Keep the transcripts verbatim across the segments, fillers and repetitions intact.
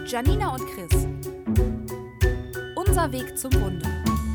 Janina und Chris. Unser Weg zum Wunder.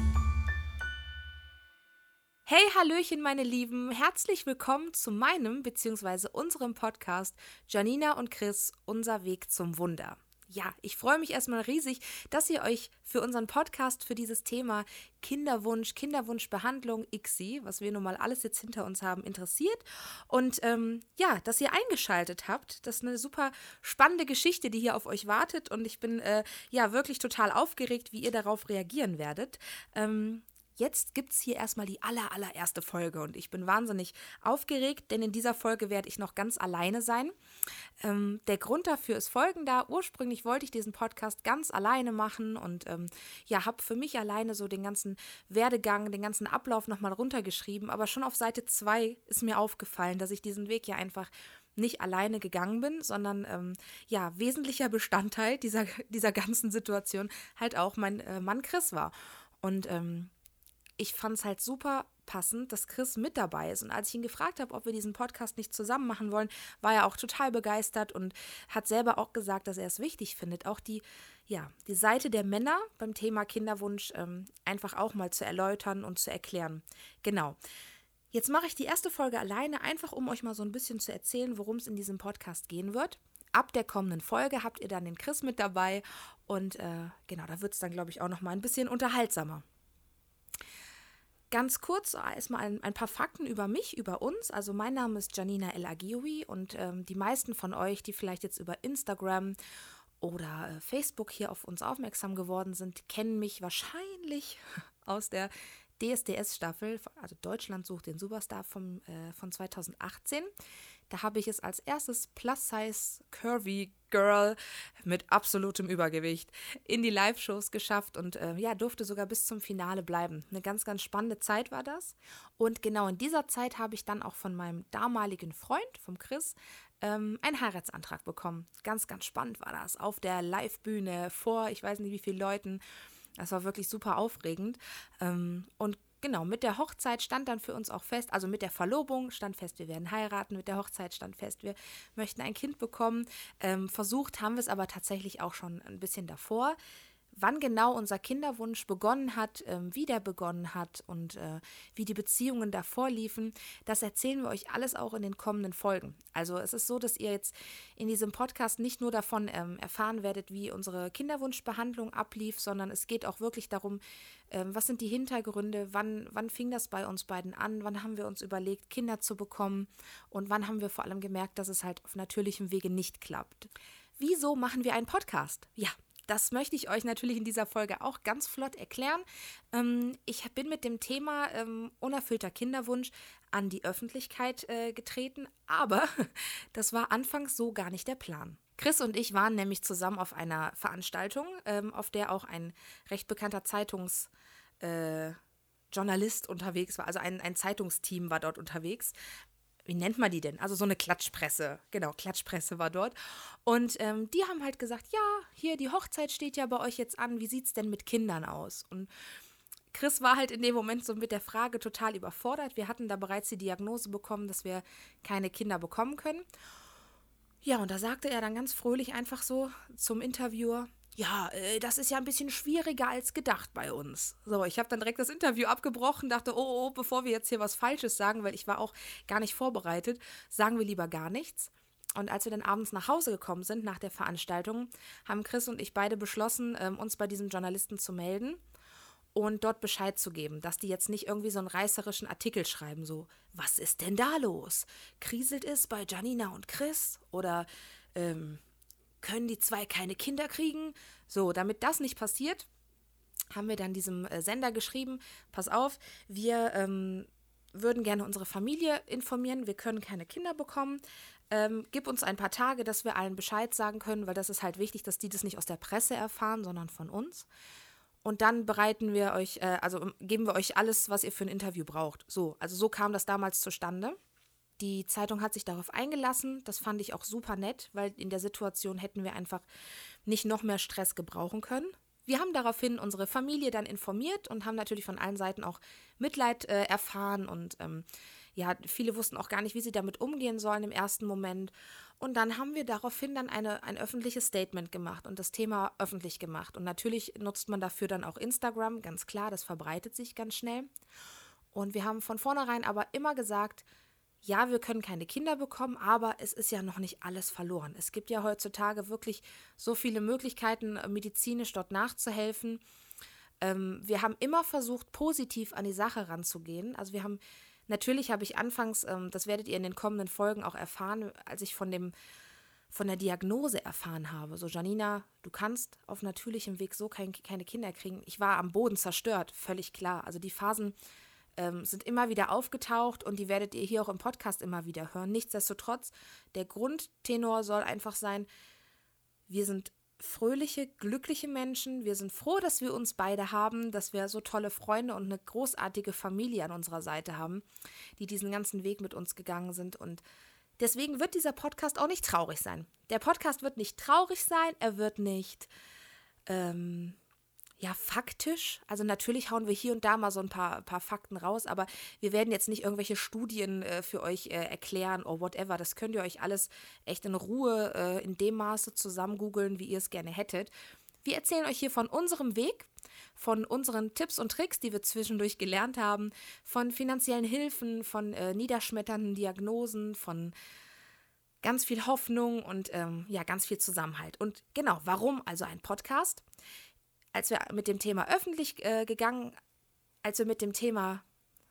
Hey, hallöchen, meine Lieben. Herzlich willkommen zu meinem bzw. unserem Podcast Janina und Chris, unser Weg zum Wunder. Ja, ich freue mich erstmal riesig, dass ihr euch für unseren Podcast, für dieses Thema Kinderwunsch, Kinderwunschbehandlung, I C S I, was wir nun mal alles jetzt hinter uns haben, interessiert. Und ähm, ja, dass ihr eingeschaltet habt. Das ist eine super spannende Geschichte, die hier auf euch wartet. Und ich bin äh, ja wirklich total aufgeregt, wie ihr darauf reagieren werdet. Ähm, Jetzt gibt es hier erstmal die aller, allererste Folge und ich bin wahnsinnig aufgeregt, denn in dieser Folge werde ich noch ganz alleine sein. Ähm, der Grund dafür ist folgender. Ursprünglich wollte ich diesen Podcast ganz alleine machen und ähm, ja, habe für mich alleine so den ganzen Werdegang, den ganzen Ablauf nochmal runtergeschrieben, aber schon auf Seite zwei ist mir aufgefallen, dass ich diesen Weg ja einfach nicht alleine gegangen bin, sondern ähm, ja, wesentlicher Bestandteil dieser, dieser ganzen Situation halt auch mein äh, Mann Chris war. Und ähm, ich fand es halt super passend, dass Chris mit dabei ist. Und als ich ihn gefragt habe, ob wir diesen Podcast nicht zusammen machen wollen, war er auch total begeistert und hat selber auch gesagt, dass er es wichtig findet, auch die, ja, die Seite der Männer beim Thema Kinderwunsch ähm, einfach auch mal zu erläutern und zu erklären. Genau. Jetzt mache ich die erste Folge alleine, einfach um euch mal so ein bisschen zu erzählen, worum es in diesem Podcast gehen wird. Ab der kommenden Folge habt ihr dann den Chris mit dabei und äh, genau, da wird es dann, glaube ich, auch noch mal ein bisschen unterhaltsamer. Ganz kurz erstmal ein, ein paar Fakten über mich, über uns. Also mein Name ist Janina El Agioui und ähm, die meisten von euch, die vielleicht jetzt über Instagram oder äh, Facebook hier auf uns aufmerksam geworden sind, kennen mich wahrscheinlich aus der D S D S-Staffel, also Deutschland sucht den Superstar vom, äh, von zweitausendachtzehn. Da habe ich es als erstes Plus-Size Curvy Girl mit absolutem Übergewicht in die Live-Shows geschafft und äh, ja, durfte sogar bis zum Finale bleiben. Eine ganz, ganz spannende Zeit war das. Und genau in dieser Zeit habe ich dann auch von meinem damaligen Freund, vom Chris, ähm, einen Heiratsantrag bekommen. Ganz, ganz spannend war das. Auf der Live-Bühne vor, ich weiß nicht wie vielen Leuten. Das war wirklich super aufregend. Ähm, und Genau, mit der Hochzeit stand dann für uns auch fest, also mit der Verlobung stand fest, wir werden heiraten, mit der Hochzeit stand fest, wir möchten ein Kind bekommen. Ähm, versucht haben wir es aber tatsächlich auch schon ein bisschen davor. Wann genau unser Kinderwunsch begonnen hat, ähm, wie der begonnen hat und äh, wie die Beziehungen davor liefen, das erzählen wir euch alles auch in den kommenden Folgen. Also es ist so, dass ihr jetzt in diesem Podcast nicht nur davon ähm, erfahren werdet, wie unsere Kinderwunschbehandlung ablief, sondern es geht auch wirklich darum, ähm, was sind die Hintergründe, wann, wann fing das bei uns beiden an, wann haben wir uns überlegt, Kinder zu bekommen und wann haben wir vor allem gemerkt, dass es halt auf natürlichem Wege nicht klappt. Wieso machen wir einen Podcast? Ja. Das möchte ich euch natürlich in dieser Folge auch ganz flott erklären. Ähm, ich bin mit dem Thema ähm, unerfüllter Kinderwunsch an die Öffentlichkeit äh, getreten, aber das war anfangs so gar nicht der Plan. Chris und ich waren nämlich zusammen auf einer Veranstaltung, ähm, auf der auch ein recht bekannter Zeitungsjournalist äh, unterwegs war, also ein, ein Zeitungsteam war dort unterwegs. Wie nennt man die denn? Also so eine Klatschpresse. Genau, Klatschpresse war dort. Und ähm, die haben halt gesagt, ja, hier die Hochzeit steht ja bei euch jetzt an. Wie sieht es denn mit Kindern aus? Und Chris war halt in dem Moment so mit der Frage total überfordert. Wir hatten da bereits die Diagnose bekommen, dass wir keine Kinder bekommen können. Ja, und da sagte er dann ganz fröhlich einfach so zum Interviewer, ja, äh, das ist ja ein bisschen schwieriger als gedacht bei uns. So, ich habe dann direkt das Interview abgebrochen, dachte, oh, oh, bevor wir jetzt hier was Falsches sagen, weil ich war auch gar nicht vorbereitet, sagen wir lieber gar nichts. Und als wir dann abends nach Hause gekommen sind, nach der Veranstaltung, haben Chris und ich beide beschlossen, ähm, uns bei diesem Journalisten zu melden und dort Bescheid zu geben, dass die jetzt nicht irgendwie so einen reißerischen Artikel schreiben, so, was ist denn da los? Kriselt es bei Janina und Chris? Oder, ähm, können die zwei keine Kinder kriegen? So, damit das nicht passiert, haben wir dann diesem äh, Sender geschrieben, pass auf, wir ähm, würden gerne unsere Familie informieren, wir können keine Kinder bekommen, ähm, gib uns ein paar Tage, dass wir allen Bescheid sagen können, weil das ist halt wichtig, dass die das nicht aus der Presse erfahren, sondern von uns. Und dann bereiten wir euch, äh, also geben wir euch alles, was ihr für ein Interview braucht. So, also so kam das damals zustande. Die Zeitung hat sich darauf eingelassen, das fand ich auch super nett, weil in der Situation hätten wir einfach nicht noch mehr Stress gebrauchen können. Wir haben daraufhin unsere Familie dann informiert und haben natürlich von allen Seiten auch Mitleid äh, erfahren und ähm, ja, viele wussten auch gar nicht, wie sie damit umgehen sollen im ersten Moment. Und dann haben wir daraufhin dann eine, ein öffentliches Statement gemacht und das Thema öffentlich gemacht. Und natürlich nutzt man dafür dann auch Instagram, ganz klar, das verbreitet sich ganz schnell. Und wir haben von vornherein aber immer gesagt, ja, wir können keine Kinder bekommen, aber es ist ja noch nicht alles verloren. Es gibt ja heutzutage wirklich so viele Möglichkeiten, medizinisch dort nachzuhelfen. Ähm, wir haben immer versucht, positiv an die Sache ranzugehen. Also wir haben, natürlich habe ich anfangs, ähm, das werdet ihr in den kommenden Folgen auch erfahren, als ich von dem, von der Diagnose erfahren habe. So, Janina, du kannst auf natürlichem Weg so kein, keine Kinder kriegen. Ich war am Boden zerstört, völlig klar. Also die Phasen ähm, sind immer wieder aufgetaucht und die werdet ihr hier auch im Podcast immer wieder hören. Nichtsdestotrotz, der Grundtenor soll einfach sein, wir sind fröhliche, glückliche Menschen. Wir sind froh, dass wir uns beide haben, dass wir so tolle Freunde und eine großartige Familie an unserer Seite haben, die diesen ganzen Weg mit uns gegangen sind. Und deswegen wird dieser Podcast auch nicht traurig sein. Der Podcast wird nicht traurig sein, er wird nicht ähm, ja, faktisch. Also natürlich hauen wir hier und da mal so ein paar, paar Fakten raus, aber wir werden jetzt nicht irgendwelche Studien äh, für euch äh, erklären oder whatever. Das könnt ihr euch alles echt in Ruhe äh, in dem Maße zusammen googeln, wie ihr es gerne hättet. Wir erzählen euch hier von unserem Weg, von unseren Tipps und Tricks, die wir zwischendurch gelernt haben, von finanziellen Hilfen, von äh, niederschmetternden Diagnosen, von ganz viel Hoffnung und ähm, ja, ganz viel Zusammenhalt. Und genau, warum also ein Podcast? Als wir mit dem Thema öffentlich äh, gegangen, als wir mit dem Thema,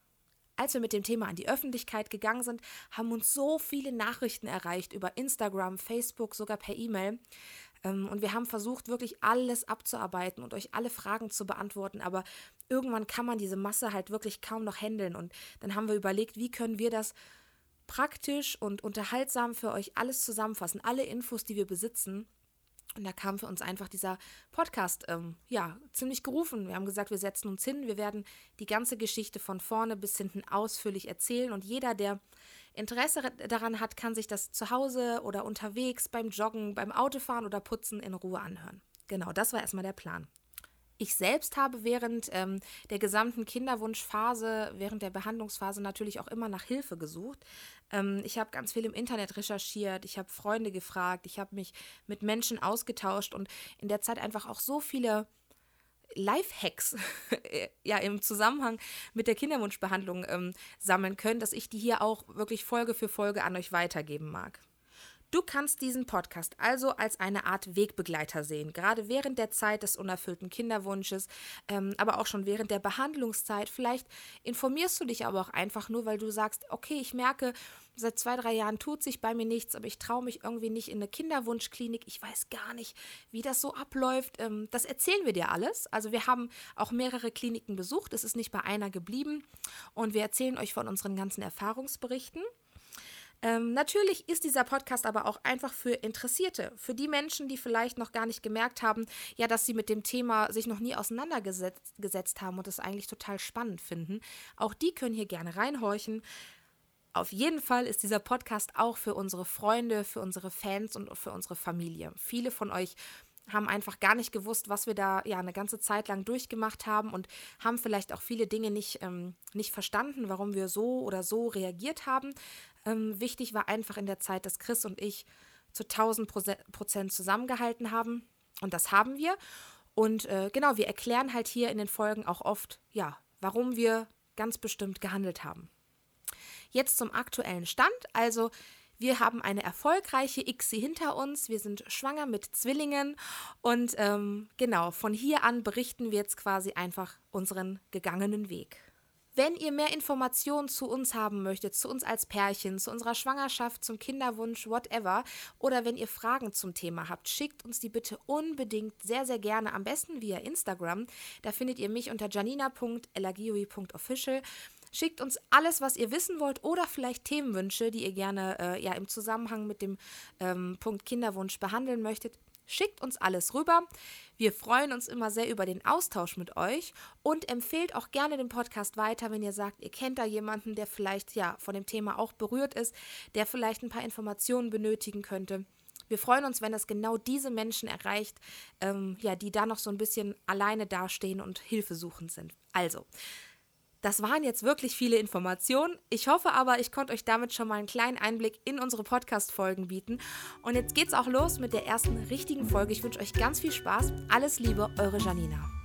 als wir mit dem Thema an die Öffentlichkeit gegangen sind, haben uns so viele Nachrichten erreicht über Instagram, Facebook, sogar per E-Mail. Ähm, und wir haben versucht, wirklich alles abzuarbeiten und euch alle Fragen zu beantworten. Aber irgendwann kann man diese Masse halt wirklich kaum noch handeln. Und dann haben wir überlegt, wie können wir das praktisch und unterhaltsam für euch alles zusammenfassen, alle Infos, die wir besitzen. Und da kam für uns einfach dieser Podcast, ähm, ja, ziemlich gerufen. Wir haben gesagt, wir setzen uns hin, wir werden die ganze Geschichte von vorne bis hinten ausführlich erzählen. Und jeder, der Interesse daran hat, kann sich das zu Hause oder unterwegs, beim Joggen, beim Autofahren oder Putzen in Ruhe anhören. Genau, das war erstmal der Plan. Ich selbst habe während ähm, der gesamten Kinderwunschphase, während der Behandlungsphase natürlich auch immer nach Hilfe gesucht. Ähm, ich habe ganz viel im Internet recherchiert, ich habe Freunde gefragt, ich habe mich mit Menschen ausgetauscht und in der Zeit einfach auch so viele Lifehacks ja, im Zusammenhang mit der Kinderwunschbehandlung ähm, sammeln können, dass ich die hier auch wirklich Folge für Folge an euch weitergeben mag. Du kannst diesen Podcast also als eine Art Wegbegleiter sehen, gerade während der Zeit des unerfüllten Kinderwunsches, ähm, aber auch schon während der Behandlungszeit. Vielleicht informierst du dich aber auch einfach nur, weil du sagst, okay, ich merke, seit zwei, drei Jahren tut sich bei mir nichts, aber ich traue mich irgendwie nicht in eine Kinderwunschklinik. Ich weiß gar nicht, wie das so abläuft. Ähm, das erzählen wir dir alles. Also wir haben auch mehrere Kliniken besucht, es ist nicht bei einer geblieben und wir erzählen euch von unseren ganzen Erfahrungsberichten. Ähm, natürlich ist dieser Podcast aber auch einfach für Interessierte, für die Menschen, die vielleicht noch gar nicht gemerkt haben, ja, dass sie mit dem Thema sich noch nie auseinandergesetzt gesetzt haben und es eigentlich total spannend finden. Auch die können hier gerne reinhorchen. Auf jeden Fall ist dieser Podcast auch für unsere Freunde, für unsere Fans und für unsere Familie. Viele von euch haben einfach gar nicht gewusst, was wir da ja eine ganze Zeit lang durchgemacht haben und haben vielleicht auch viele Dinge nicht, ähm, nicht verstanden, warum wir so oder so reagiert haben. Ähm, wichtig war einfach in der Zeit, dass Chris und ich zu tausend Prozent zusammengehalten haben und das haben wir. Und äh, genau, wir erklären halt hier in den Folgen auch oft, ja, warum wir ganz bestimmt gehandelt haben. Jetzt zum aktuellen Stand, also wir haben eine erfolgreiche I C S I hinter uns, wir sind schwanger mit Zwillingen und ähm, genau, von hier an berichten wir jetzt quasi einfach unseren gegangenen Weg. Wenn ihr mehr Informationen zu uns haben möchtet, zu uns als Pärchen, zu unserer Schwangerschaft, zum Kinderwunsch, whatever, oder wenn ihr Fragen zum Thema habt, schickt uns die bitte unbedingt sehr, sehr gerne, am besten via Instagram. Da findet ihr mich unter janina punkt elagioi punkt official. Schickt uns alles, was ihr wissen wollt oder vielleicht Themenwünsche, die ihr gerne äh, ja, im Zusammenhang mit dem ähm, Punkt Kinderwunsch behandeln möchtet. Schickt uns alles rüber. Wir freuen uns immer sehr über den Austausch mit euch und empfehlt auch gerne den Podcast weiter, wenn ihr sagt, ihr kennt da jemanden, der vielleicht ja von dem Thema auch berührt ist, der vielleicht ein paar Informationen benötigen könnte. Wir freuen uns, wenn das genau diese Menschen erreicht, ähm, ja, die da noch so ein bisschen alleine dastehen und hilfesuchend sind. Also, Das waren jetzt wirklich viele Informationen. Ich hoffe aber, ich konnte euch damit schon mal einen kleinen Einblick in unsere Podcast-Folgen bieten. Und jetzt geht's auch los mit der ersten richtigen Folge. Ich wünsche euch ganz viel Spaß. Alles Liebe, eure Janina.